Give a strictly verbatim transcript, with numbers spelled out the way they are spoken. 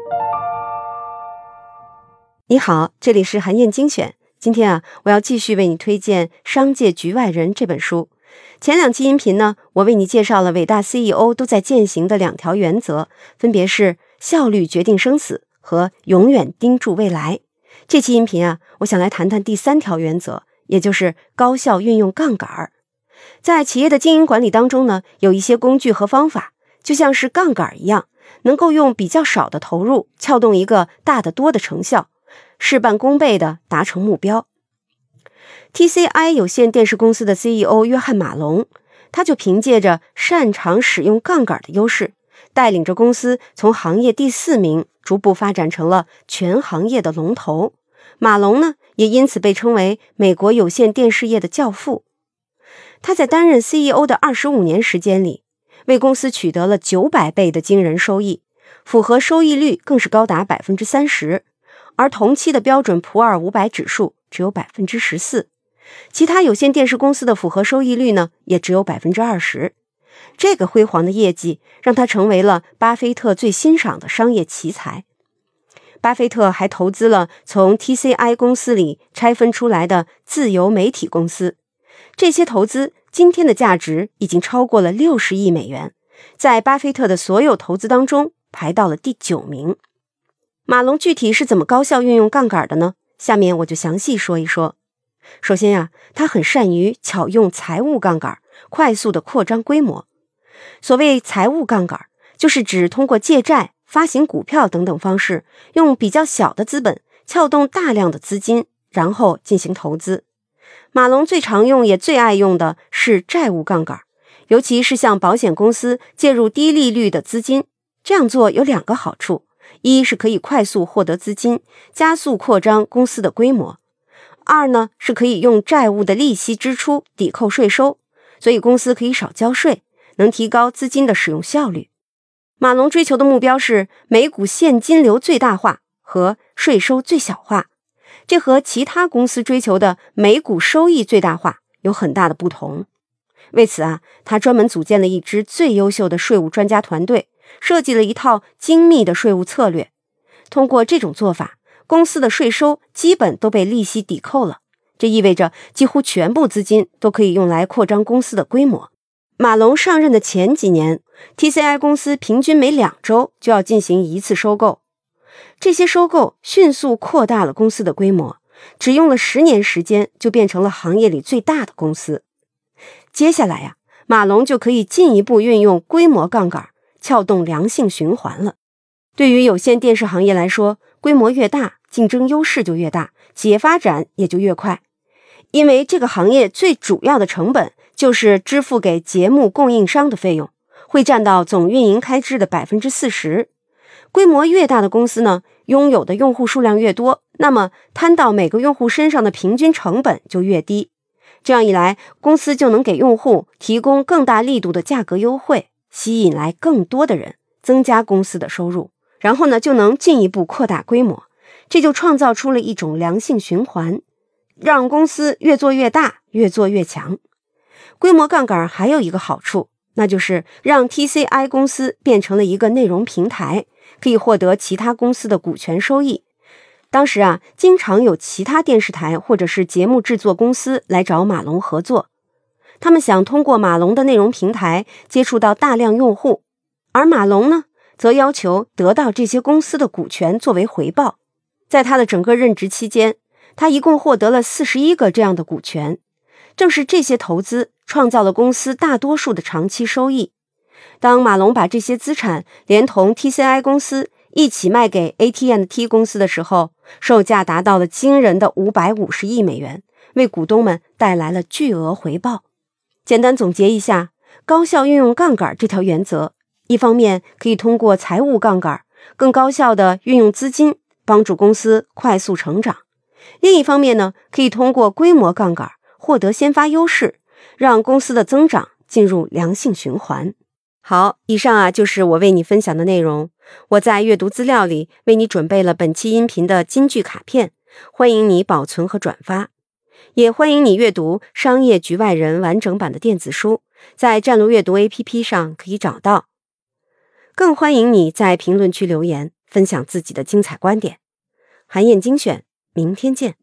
你好，这里是韩燕精选。今天啊，我要继续为你推荐《商界局外人》这本书。前两期音频呢，我为你介绍了伟大 C E O 都在践行的两条原则，分别是效率决定生死和永远盯住未来。这期音频啊，我想来谈谈第三条原则，也就是高效运用杠杆。在企业的经营管理当中呢，有一些工具和方法，就像是杠杆一样，能够用比较少的投入，撬动一个大得多的成效，事半功倍地达成目标。T C I 有线电视公司的 C E O 约翰马龙，他就凭借着擅长使用杠杆的优势，带领着公司从行业第四名逐步发展成了全行业的龙头。马龙呢，也因此被称为美国有线电视业的教父。他在担任 C E O 的二十五年时间里，为公司取得了九百倍的惊人收益，复合收益率更是高达 百分之三十， 而同期的标准普尔五百指数只有 百分之十四， 其他有线电视公司的复合收益率呢，也只有 百分之二十。 这个辉煌的业绩让他成为了巴菲特最欣赏的商业奇才。巴菲特还投资了从 T C I 公司里拆分出来的自由媒体公司，这些投资今天的价值已经超过了六十亿美元，在巴菲特的所有投资当中排到了第九名。马龙具体是怎么高效运用杠杆的呢？下面我就详细说一说。首先呀、啊，他很善于巧用财务杠杆，快速的扩张规模。所谓财务杠杆，就是指通过借债、发行股票等等方式，用比较小的资本撬动大量的资金，然后进行投资。马龙最常用也最爱用的是债务杠杆，尤其是向保险公司借入低利率的资金。这样做有两个好处，一是可以快速获得资金，加速扩张公司的规模；二呢，是可以用债务的利息支出抵扣税收，所以公司可以少交税，能提高资金的使用效率。马龙追求的目标是每股现金流最大化和税收最小化，这和其他公司追求的每股收益最大化有很大的不同。为此啊，他专门组建了一支最优秀的税务专家团队，设计了一套精密的税务策略。通过这种做法，公司的税收基本都被利息抵扣了，这意味着几乎全部资金都可以用来扩张公司的规模。马龙上任的前几年， T C I 公司平均每两周就要进行一次收购，这些收购迅速扩大了公司的规模，只用了十年时间就变成了行业里最大的公司。接下来呀、啊，马龙就可以进一步运用规模杠杆，撬动良性循环了。对于有线电视行业来说，规模越大，竞争优势就越大，企业发展也就越快。因为这个行业最主要的成本就是支付给节目供应商的费用，会占到总运营开支的 百分之四十。 规模越大的公司呢，拥有的用户数量越多，那么摊到每个用户身上的平均成本就越低。这样一来，公司就能给用户提供更大力度的价格优惠，吸引来更多的人，增加公司的收入，然后呢，就能进一步扩大规模。这就创造出了一种良性循环，让公司越做越大，越做越强。规模杠杆还有一个好处，那就是让 T C I 公司变成了一个内容平台，可以获得其他公司的股权收益。当时啊，经常有其他电视台或者是节目制作公司来找马龙合作，他们想通过马龙的内容平台接触到大量用户，而马龙呢，则要求得到这些公司的股权作为回报。在他的整个任职期间，他一共获得了四十一个这样的股权。正是这些投资创造了公司大多数的长期收益。当马龙把这些资产连同 T C I 公司一起卖给 A T and T 公司的时候，售价达到了惊人的五百五十亿美元，为股东们带来了巨额回报。简单总结一下，高效运用杠杆这条原则，一方面可以通过财务杠杆更高效地运用资金，帮助公司快速成长；另一方面呢，可以通过规模杠杆获得先发优势，让公司的增长进入良性循环。好，以上啊就是我为你分享的内容。我在阅读资料里为你准备了本期音频的金句卡片，欢迎你保存和转发。也欢迎你阅读《商业局外人》完整版的电子书，在战卢阅读 A P P 上可以找到。更欢迎你在评论区留言， 分享自己的精彩观点。韩燕精选，明天见。